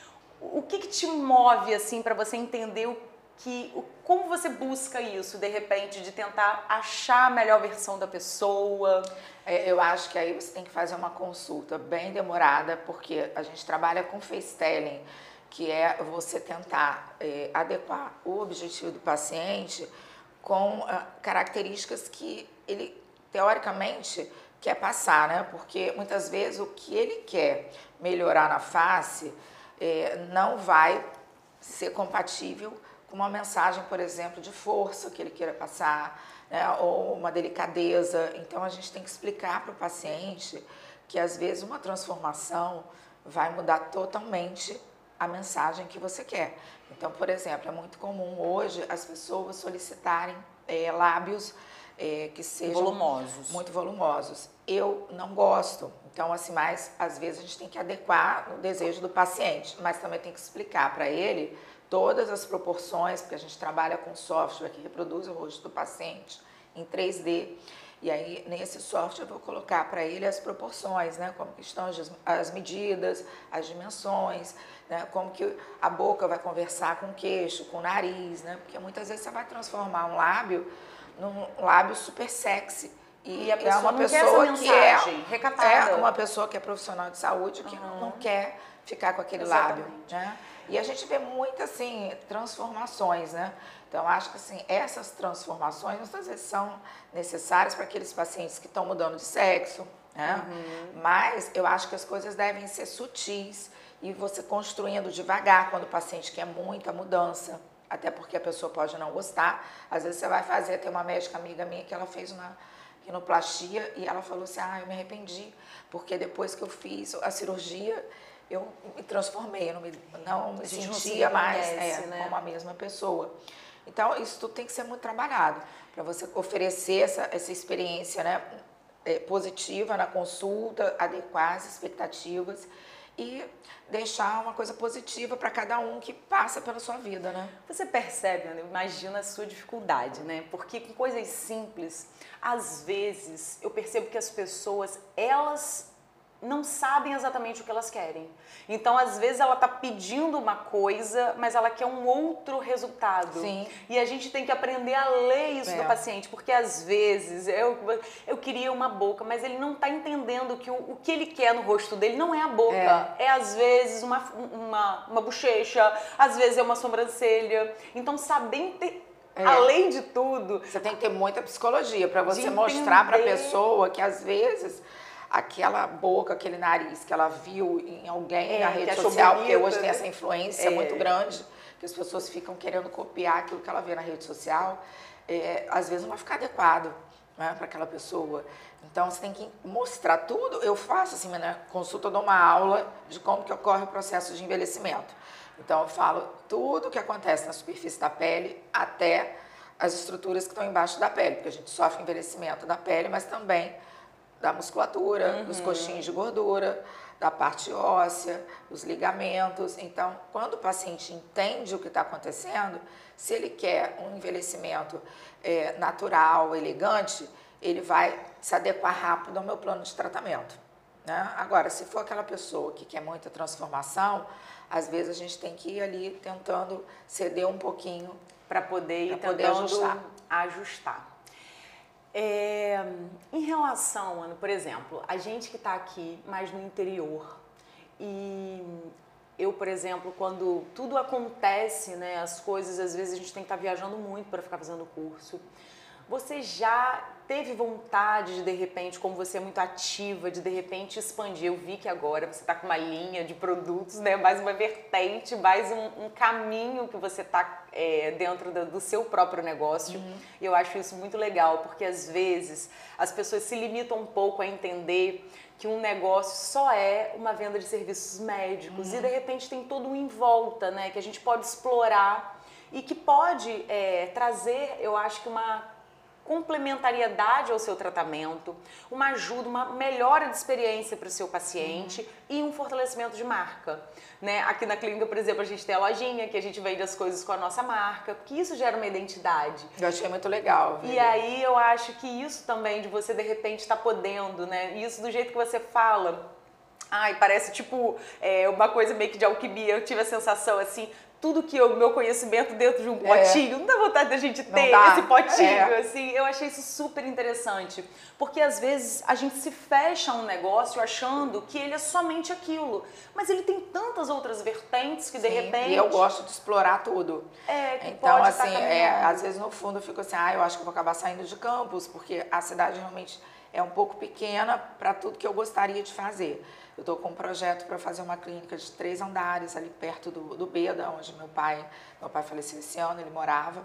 A: O que, que te move, assim, para você entender o que, o, como você busca isso, de repente, de tentar achar a melhor versão da pessoa?
B: É, eu acho que aí você tem que fazer uma consulta bem demorada, porque a gente trabalha com face telling, que é você tentar é, adequar o objetivo do paciente com ah, características que ele, teoricamente, quer passar, né? Porque muitas vezes o que ele quer melhorar na face é, não vai ser compatível com uma mensagem, por exemplo, de força que ele queira passar, né? Ou uma delicadeza. Então a gente tem que explicar para o paciente que às vezes uma transformação vai mudar totalmente a mensagem que você quer. Então, por exemplo, é muito comum hoje as pessoas solicitarem é, lábios é, que sejam
A: volumosos.
B: muito volumosos. Eu não gosto. Então, assim, mas às vezes a gente tem que adequar o desejo do paciente, mas também tem que explicar para ele todas as proporções, porque a gente trabalha com software que reproduz o rosto do paciente em três D. E aí, nesse software, eu vou colocar para ele as proporções, né? Como que estão as, as medidas, as dimensões, né? Como que a boca vai conversar com o queixo, com o nariz, né? Porque muitas vezes você vai transformar um lábio num lábio super sexy. E,
A: e a pessoa
B: é uma
A: não
B: pessoa
A: quer essa
B: que é,
A: recatada.
B: é uma pessoa que é profissional de saúde que
A: uhum.
B: não, não quer ficar com aquele
A: Exatamente.
B: lábio, né? E a gente vê muitas, assim, transformações, né? Então, acho que, assim, essas transformações, muitas vezes, são necessárias para aqueles pacientes que estão mudando de sexo, né? Uhum. Mas eu acho que as coisas devem ser sutis e você construindo devagar quando o paciente quer muita mudança, até porque a pessoa pode não gostar. Às vezes, você vai fazer, tem uma médica amiga minha que ela fez uma rinoplastia e ela falou assim, ah, eu me arrependi, porque depois que eu fiz a cirurgia, eu me transformei, eu não me, não me sentia
A: não
B: mais
A: conhece,
B: é,
A: né?
B: como a mesma pessoa. Então, isso tudo tem que ser muito trabalhado, para você oferecer essa, essa experiência, né, é, positiva na consulta, adequar as expectativas e deixar uma coisa positiva para cada um que passa pela sua vida, né?
A: Você percebe, Ana, imagina a sua dificuldade, né? Porque com coisas simples, às vezes eu percebo que as pessoas, elas não sabem exatamente o que elas querem. Então, às vezes, ela está pedindo uma coisa, mas ela quer um outro resultado.
B: Sim.
A: E a gente tem que aprender a ler isso é. do paciente, porque às vezes eu, eu queria uma boca, mas ele não está entendendo que o, o que ele quer no rosto dele não é a boca. É, é às vezes, uma, uma, uma bochecha, às vezes é uma sobrancelha. Então, saber ter... É. Além de tudo...
B: Você tem que ter muita psicologia para você mostrar para a pessoa que, às vezes... aquela boca, aquele nariz que ela viu em alguém é, na rede social, bonita, porque hoje tem essa influência é. muito grande, que as pessoas ficam querendo copiar aquilo que ela vê na rede social, é, às vezes não vai ficar adequado, né, para aquela pessoa. Então, você tem que mostrar tudo. Eu faço assim, na consulta, eu dou uma aula de como que ocorre o processo de envelhecimento. Então, eu falo tudo o que acontece na superfície da pele até as estruturas que estão embaixo da pele, porque a gente sofre envelhecimento da pele, mas também da musculatura, uhum. dos coxinhos de gordura, da parte óssea, dos ligamentos. Então, quando o paciente entende o que está acontecendo, se ele quer um envelhecimento é, natural, elegante, ele vai se adequar rápido ao meu plano de tratamento, né? Agora, se for aquela pessoa que quer muita transformação, às vezes a gente tem que ir ali tentando ceder um pouquinho
A: para poder ir
B: poder ajustar.
A: ajustar. É, em relação, Ana, por exemplo, a gente que está aqui mais no interior e eu, por exemplo, quando tudo acontece, né, as coisas, às vezes a gente tem que estar viajando muito para ficar fazendo curso. Você já teve vontade de, de repente, como você é muito ativa, de, de repente, expandir? Eu vi que agora você está com uma linha de produtos, né? Mais uma vertente, mais um, um caminho que você está é, dentro do, do seu próprio negócio. Uhum. E eu acho isso muito legal, porque às vezes as pessoas se limitam um pouco a entender que um negócio só é uma venda de serviços médicos. Uhum. E, de repente, tem todo um em volta, né? Que a gente pode explorar. e que pode é, trazer, eu acho que uma complementariedade ao seu tratamento, uma ajuda, uma melhora de experiência para o seu paciente uhum. e um fortalecimento de marca. Né? Aqui na clínica, por exemplo, a gente tem a lojinha que a gente vende as coisas com a nossa marca, porque isso gera uma identidade.
B: Eu achei muito legal.
A: Viu? E aí eu acho que isso também de você de repente estar tá podendo, né? Isso do jeito que você fala, ai, parece tipo é, uma coisa meio que de alquimia, eu tive a sensação assim, tudo que o meu conhecimento dentro de um potinho, é. não dá vontade da gente ter esse potinho, é. assim, eu achei isso super interessante, porque às vezes a gente se fecha a um negócio achando que ele é somente aquilo, mas ele tem tantas outras vertentes que de
B: Sim,
A: repente...
B: e eu gosto de explorar tudo.
A: É, que
B: então
A: pode
B: assim,
A: tá
B: é, às vezes no fundo eu fico assim, ah, eu acho que eu vou acabar saindo de campus, porque a cidade realmente é um pouco pequena para tudo que eu gostaria de fazer. Eu estou com um projeto para fazer uma clínica de três andares ali perto do, do Beda, onde meu pai, meu pai faleceu esse ano, ele morava.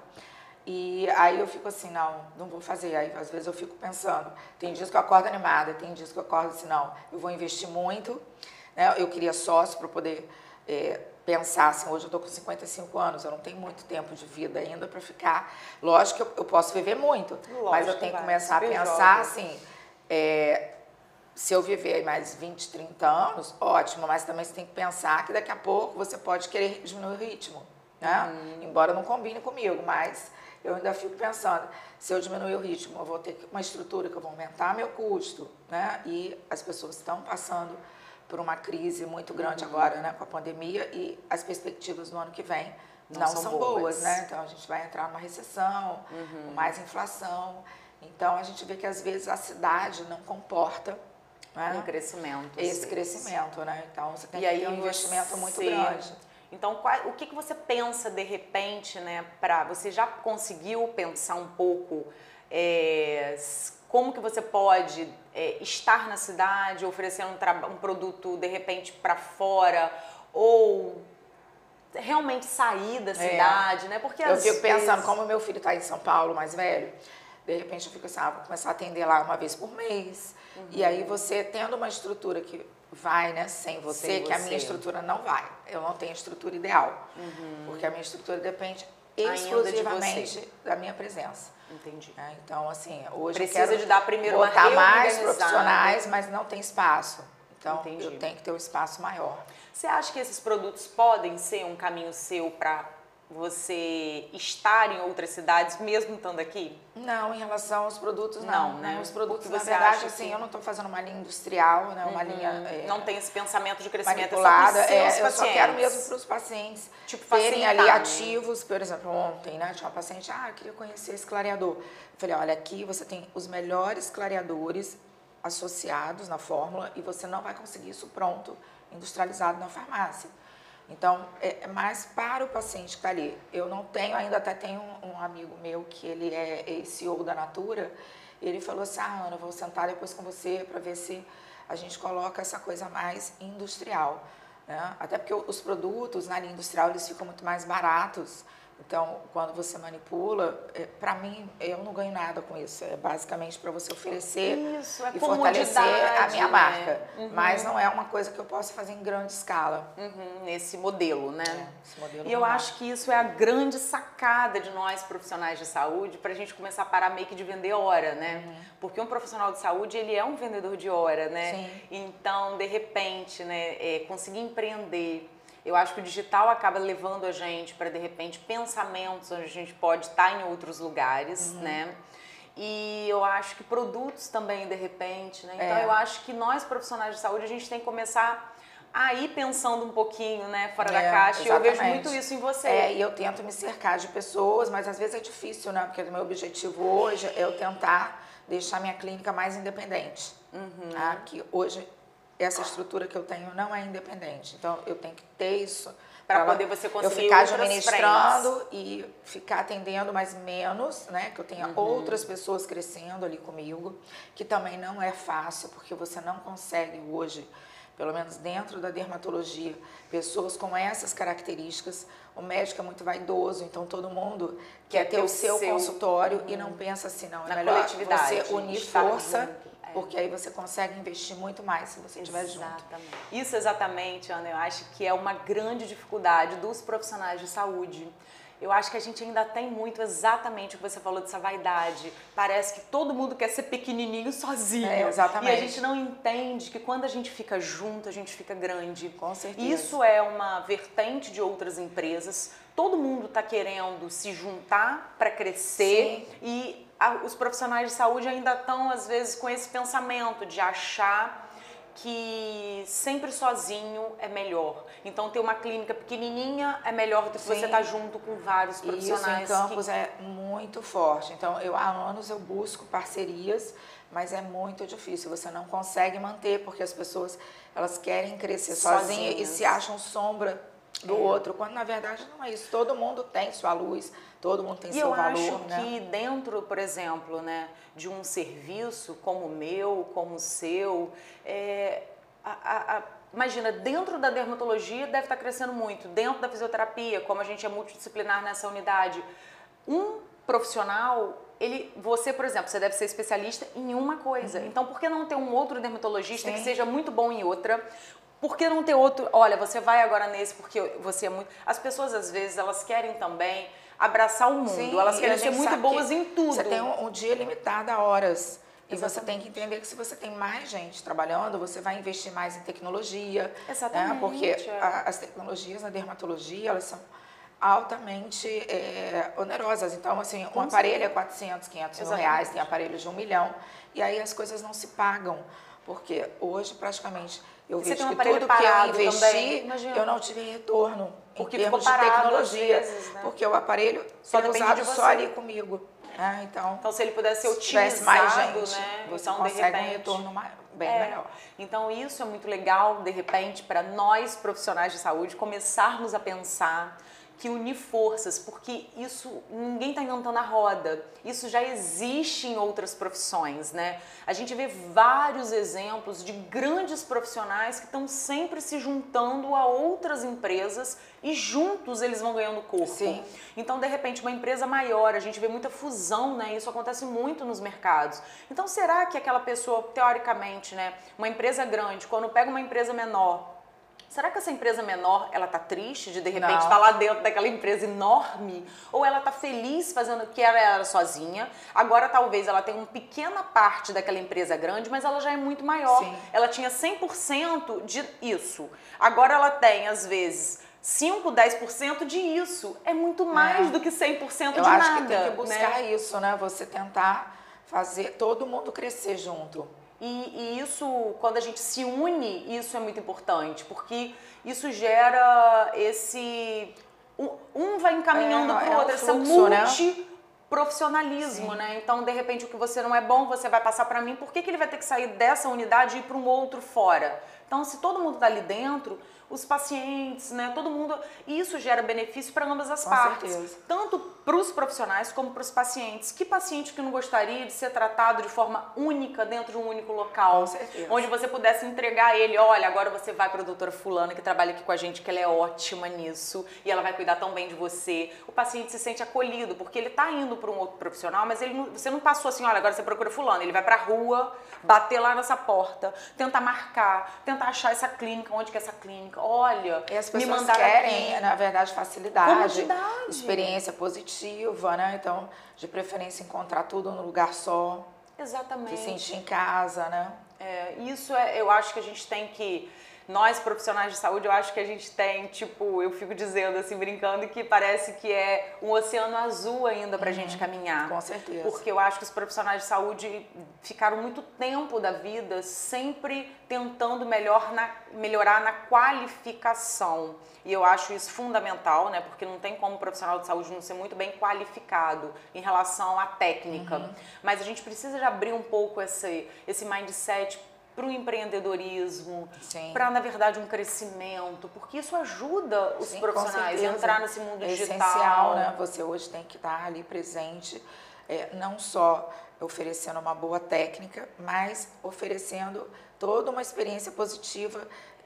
B: E aí eu fico assim, não, não vou fazer. Aí às vezes eu fico pensando, tem dias que eu acordo animada, tem dias que eu acordo assim, não, eu vou investir muito, né? Eu queria sócio para poder é, pensar assim, hoje eu estou com cinquenta e cinco anos, eu não tenho muito tempo de vida ainda para ficar. Lógico que eu, eu posso viver muito, Lógico mas eu tenho que começar a pensar assim, é, se eu viver mais vinte, trinta anos, ótimo, mas também você tem que pensar que daqui a pouco você pode querer diminuir o ritmo, né? Uhum. Embora não combine comigo, mas eu ainda fico pensando, se eu diminuir o ritmo, eu vou ter uma estrutura que eu vou aumentar meu custo, né? E as pessoas estão passando por uma crise muito grande uhum. agora, né, com a pandemia, e as perspectivas no ano que vem não, não são, são boas, boas, né? Então a gente vai entrar numa recessão, uhum. com mais inflação. Então a gente vê que às vezes a cidade não comporta
A: um crescimento.
B: Esse vezes. crescimento, né? Então você tem e que aí ter um investimento você... muito grande.
A: Então, qual, o que, que você pensa de repente, né? Pra, você já conseguiu pensar um pouco é, como que você pode é, estar na cidade, oferecendo um, um produto de repente para fora ou realmente sair da cidade, é. né? Porque
B: eu
A: às
B: fico
A: vezes...
B: pensando, como meu filho está em São Paulo, mais velho, de repente eu fico assim, ah, vou começar a atender lá uma vez por mês. Uhum. E aí você tendo uma estrutura que vai, né, sem você, sem que você. A minha estrutura não vai. Eu não tenho estrutura ideal. Uhum. Porque a minha estrutura depende exclusivamente de da minha presença.
A: Entendi.
B: É, então, assim, hoje
A: Precisa
B: eu quero
A: de dar primeiro
B: botar
A: uma
B: mais profissionais, mas não tem espaço. Então, Entendi. eu tenho que ter um espaço maior.
A: Você acha que esses produtos podem ser um caminho seu para você estar em outras cidades, mesmo estando aqui?
B: Não, em relação aos produtos, não.
A: Não, né?
B: Os produtos,
A: Porque
B: na
A: você
B: verdade,
A: acha
B: assim,
A: que...
B: eu não estou fazendo uma linha industrial, né? Uma uhum. linha... É,
A: não tem esse pensamento de crescimento,
B: manipulada.
A: É só
B: é,
A: eu
B: eu só quero mesmo para os pacientes tipo, terem ali né? ativos. Por exemplo, ontem, né? Tinha uma paciente, ah, eu queria conhecer esse clareador. Eu falei, olha, aqui você tem os melhores clareadores associados na fórmula e você não vai conseguir isso pronto, industrializado na farmácia. Então, é mais para o paciente que está ali. Eu não tenho, ainda até tenho um, um amigo meu que ele é C E O da Natura, ele falou assim, ah, Ana, eu vou sentar depois com você para ver se a gente coloca essa coisa mais industrial, né? Até porque os produtos na linha industrial, eles ficam muito mais baratos. Então, quando você manipula, é, para mim, eu não ganho nada com isso. É basicamente para você oferecer
A: isso, é
B: e fortalecer a minha
A: né?
B: marca.
A: Uhum.
B: Mas não é uma coisa que eu possa fazer em grande escala.
A: Uhum, nesse modelo, né?
B: É, esse modelo
A: e eu acho que isso é a grande sacada de nós profissionais de saúde para a gente começar a parar meio que de vender hora, né? Uhum. Porque um profissional de saúde, ele é um vendedor de hora, né?
B: Sim.
A: Então, de repente, né, é, conseguir empreender. Eu acho que o digital acaba levando a gente para, de repente, pensamentos onde a gente pode estar em outros lugares, uhum. né? E eu acho que produtos também, de repente, né? Então, é. eu acho que nós, profissionais de saúde, a gente tem que começar a ir pensando um pouquinho, né? Fora é, da caixa. E eu vejo muito isso em você.
B: É, e eu tento me cercar de pessoas, mas às vezes é difícil, né? Porque o meu objetivo hoje é eu tentar deixar minha clínica mais independente. Uhum. Tá? Que hoje... essa estrutura que eu tenho não é independente. Então, eu tenho que ter isso
A: para poder você conseguir
B: eu ficar administrando frentes. E ficar atendendo mais menos, né? Que eu tenha uhum. outras pessoas crescendo ali comigo, que também não é fácil, porque você não consegue hoje, pelo menos dentro da dermatologia, pessoas com essas características. O médico é muito vaidoso, então todo mundo quer, quer ter o seu, seu consultório uhum. e não pensa assim, não, é Na melhor você unir força, junto. Porque aí você consegue investir muito mais se você estiver junto.
A: Exatamente. Isso exatamente, Ana, eu acho que é uma grande dificuldade dos profissionais de saúde. Eu acho que a gente ainda tem muito exatamente o que você falou dessa vaidade. Parece que todo mundo quer ser pequenininho sozinho.
B: É, exatamente.
A: E a gente não entende que quando a gente fica junto, a gente fica grande.
B: Com certeza.
A: Isso é uma vertente de outras empresas. Todo mundo está querendo se juntar para crescer. Sim. E a, os profissionais de saúde ainda estão, às vezes, com esse pensamento de achar que sempre sozinho é melhor. Então, ter uma clínica pequenininha é melhor do que Sim. você estar junto com vários profissionais.
B: Isso em Campos que... é muito forte. Então, eu há anos eu busco parcerias, mas é muito difícil. Você não consegue manter, porque as pessoas elas querem crescer sozinhas, sozinhas e se acham sombra do é. outro, quando na verdade não é isso. Todo mundo tem sua luz, todo mundo tem
A: e
B: seu valor.
A: E eu acho
B: né?
A: que dentro, por exemplo, né, de um serviço como o meu, como o seu, é, a, a, a, imagina, dentro da dermatologia deve estar crescendo muito, dentro da fisioterapia, como a gente é multidisciplinar nessa unidade, um profissional, ele, você, por exemplo, você deve ser especialista em uma coisa, uhum. então por que não ter um outro dermatologista Sim. que seja muito bom em outra? Por que não ter outro? Olha, você vai agora nesse porque você é muito... As pessoas, às vezes, elas querem também abraçar o mundo. Sim, elas querem ser muito boas em tudo.
B: Você tem um, um dia limitado a horas. E Exatamente. Você tem que entender que se você tem mais gente trabalhando, você vai investir mais em tecnologia.
A: Exatamente.
B: Né? Porque a, as tecnologias na dermatologia, elas são altamente é, onerosas. Então, assim, um Com aparelho certeza. é quatrocentos, quinhentos mil reais, tem aparelho de um milhão. E aí as coisas não se pagam. Porque hoje, praticamente... Eu
A: Você
B: vejo
A: um
B: que tudo que eu investi, eu não tive retorno
A: porque
B: em termos
A: ficou
B: de tecnologia,
A: vezes, né?
B: porque o aparelho
A: só
B: é usado só ali comigo. É, então,
A: então, se ele pudesse ser utilizado,
B: mais gente,
A: né?
B: você
A: então,
B: consegue
A: de repente,
B: um retorno bem
A: é.
B: melhor.
A: Então, isso é muito legal, de repente, para nós profissionais de saúde começarmos a pensar que unir forças, porque isso, ninguém está inventando a roda, isso já existe em outras profissões, né? A gente vê vários exemplos de grandes profissionais que estão sempre se juntando a outras empresas e juntos eles vão ganhando corpo.
B: Sim.
A: Então, de repente, uma empresa maior, a gente vê muita fusão, né? Isso acontece muito nos mercados. Então, será que aquela pessoa, teoricamente, né, uma empresa grande, quando pega uma empresa menor, será que essa empresa menor, ela tá triste de de repente estar tá lá dentro daquela empresa enorme? Ou ela tá feliz fazendo o que ela era sozinha? Agora talvez ela tenha uma pequena parte daquela empresa grande, mas ela já é muito maior.
B: Sim.
A: Ela tinha cem por cento de isso. Agora ela tem, às vezes, cinco, dez por cento de isso. É muito mais é. do que cem por cento de
B: Eu
A: nada.
B: acho que tem que buscar
A: né?
B: isso, né? Você tentar fazer todo mundo crescer junto.
A: E, e isso, quando a gente se une, isso é muito importante, porque isso gera esse... Um, um vai encaminhando
B: é,
A: para o
B: é
A: outro,
B: um
A: essa
B: fluxo,
A: multiprofissionalismo, né? né? Então, de repente, o que você não é bom, você vai passar para mim, por que, que ele vai ter que sair dessa unidade e ir para um outro fora? Então, se todo mundo está ali dentro, os pacientes, né? Todo mundo... Isso gera benefício para ambas as
B: Com
A: partes.
B: certeza.
A: Tanto para os profissionais como para os pacientes. Que paciente que não gostaria de ser tratado de forma única dentro de um único local?
B: Com certeza.
A: Onde você pudesse entregar a ele, olha, agora você vai para a doutora fulana que trabalha aqui com a gente, que ela é ótima nisso e ela vai cuidar tão bem de você. O paciente se sente acolhido, porque ele está indo para um outro profissional, mas ele não, você não passou assim, olha, agora você procura fulano. Ele vai para a rua, bater lá nessa porta, tentar marcar, tentar achar essa clínica, onde que é essa clínica, olha,
B: e as
A: me
B: pessoas
A: mandar
B: querem,
A: aqui.
B: na verdade, facilidade,
A: Comodidade.
B: experiência positiva, né? Então, de preferência, encontrar tudo num lugar só.
A: Exatamente.
B: Se sentir em casa, né?
A: É, isso é, eu acho que a gente tem que... Nós, profissionais de saúde, eu acho que a gente tem, tipo, eu fico dizendo assim, brincando, que parece que é um oceano azul ainda pra uhum, gente caminhar.
B: Com certeza.
A: Porque eu acho que os profissionais de saúde ficaram muito tempo da vida sempre tentando melhor na, melhorar na qualificação. E eu acho isso fundamental, né? Porque não tem como um profissional de saúde não ser muito bem qualificado em relação à técnica. Uhum. Mas a gente precisa de abrir um pouco esse, esse mindset para o empreendedorismo, para, na verdade, um crescimento, porque isso ajuda os Sim, profissionais a entrar nesse mundo
B: é
A: digital.
B: É essencial, né? Você hoje tem que estar ali presente, é, não só oferecendo uma boa técnica, mas oferecendo toda uma experiência positiva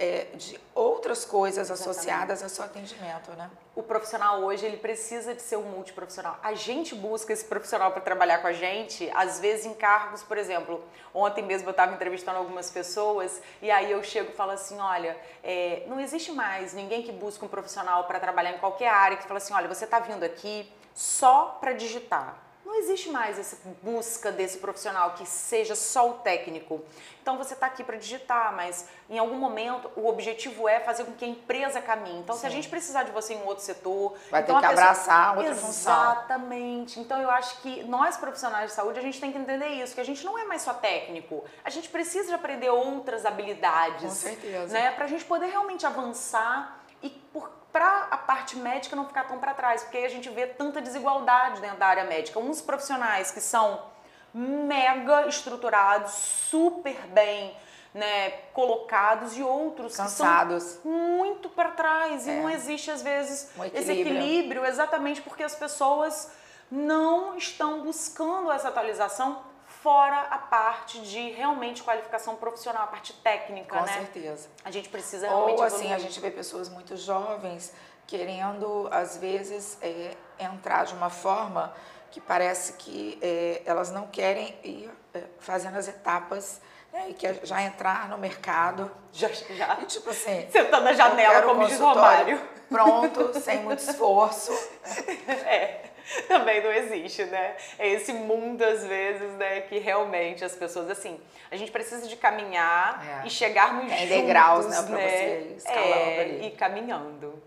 B: é, de outras coisas associadas ao seu atendimento, né?
A: O profissional hoje, ele precisa de ser um multiprofissional. A gente busca esse profissional para trabalhar com a gente, às vezes em cargos, por exemplo, ontem mesmo eu estava entrevistando algumas pessoas e aí eu chego e falo assim, olha, é, não existe mais ninguém que busca um profissional para trabalhar em qualquer área que fala assim, olha, você está vindo aqui só para digitar. Não existe mais essa busca desse profissional que seja só o técnico. Então você está aqui para digitar, mas em algum momento o objetivo é fazer com que a empresa caminhe. Então Sim. se a gente precisar de você em um outro setor...
B: Vai
A: então
B: ter que
A: pessoa...
B: abraçar outra função.
A: Exatamente. Então eu acho que nós profissionais de saúde, a gente tem que entender isso, que a gente não é mais só técnico. A gente precisa de aprender outras habilidades.
B: Com certeza.
A: Né, para a gente poder realmente avançar e por para a parte médica não ficar tão para trás, porque aí a gente vê tanta desigualdade dentro da área médica. Uns profissionais que são mega estruturados, super bem, né, colocados e outros
B: cansados,
A: que são muito para trás
B: é.
A: e não existe às vezes
B: um equilíbrio.
A: esse equilíbrio exatamente porque as pessoas não estão buscando essa atualização fora a parte de realmente qualificação profissional, a parte técnica,
B: Com
A: né?
B: Com certeza.
A: A gente precisa realmente
B: Ou assim,
A: evoluir.
B: a gente vê pessoas muito jovens querendo, às vezes, é, entrar de uma forma que parece que é, elas não querem ir é, fazendo as etapas, né, e quer já entrar no mercado.
A: Já, já.
B: E tipo assim...
A: Sentando na janela, como diz Romário.
B: Pronto, sem muito esforço.
A: É. Também não existe, né? É esse mundo, às vezes, né, que realmente as pessoas, assim, a gente precisa de caminhar é. e chegarmos
B: Tem
A: juntos,
B: degraus, né, pra
A: né?
B: você ir escalando
A: é,
B: ali.
A: E caminhando.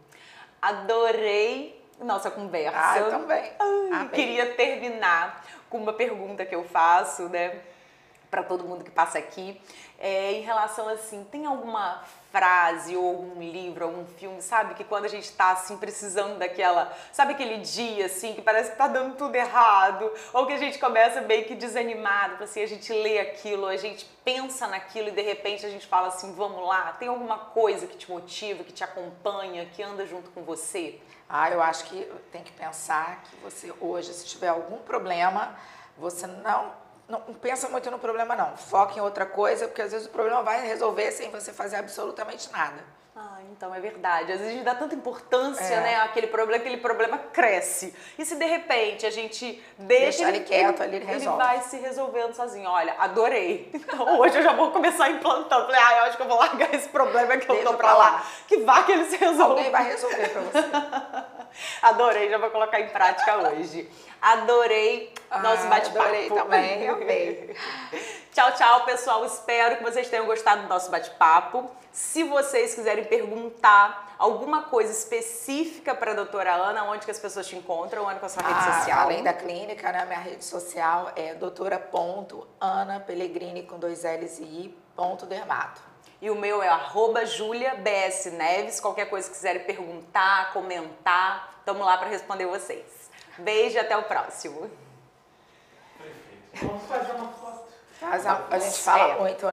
A: Adorei nossa conversa.
B: Ah, eu também.
A: Ai, queria terminar com uma pergunta que eu faço, né, para todo mundo que passa aqui, é, em relação, assim, tem alguma frase ou algum livro, algum filme, sabe? Que quando a gente tá, assim, precisando daquela... Sabe aquele dia, assim, que parece que tá dando tudo errado? Ou que a gente começa meio que desanimado, assim, a gente lê aquilo, a gente pensa naquilo e, de repente, a gente fala assim, vamos lá. Tem alguma coisa que te motiva, que te acompanha, que anda junto com você?
B: Ah, eu acho que tem que pensar que você hoje, se tiver algum problema, você não... Não pensa muito no problema, não. Foca em outra coisa, porque às vezes o problema vai resolver sem você fazer absolutamente nada.
A: Ah, então é verdade. Às vezes a gente dá tanta importância,
B: é.
A: né, àquele problema, aquele problema cresce. E se de repente a gente deixa,
B: deixa ele, ele quieto,
A: ele,
B: ali ele resolve.
A: Ele vai se resolvendo sozinho. Olha, adorei. Então hoje eu já vou começar implantando. Falei, ah, eu acho que eu vou largar esse problema que deixa eu tô pra lá. lá. Que vá que ele se resolve.
B: Alguém vai resolver pra você.
A: Adorei, já vou colocar em prática hoje. Adorei ah, nosso bate-papo.
B: Adorei também, amei.
A: Tchau, tchau, pessoal. Espero que vocês tenham gostado do nosso bate-papo. Se vocês quiserem perguntar alguma coisa específica para a doutora Ana, onde que as pessoas te encontram, Ana, com a sua rede
B: ah,
A: social?
B: Além da clínica, né, minha rede social é doutora ponto ana pellegrini com dois L's e I, ponto dermato.
A: E o meu é arroba Julia B S Neves. Qualquer coisa que quiserem perguntar, comentar, estamos lá para responder vocês. Beijo e até o próximo.
C: Perfeito. Vamos fazer uma foto.
B: A, a gente fala
A: é.
B: muito.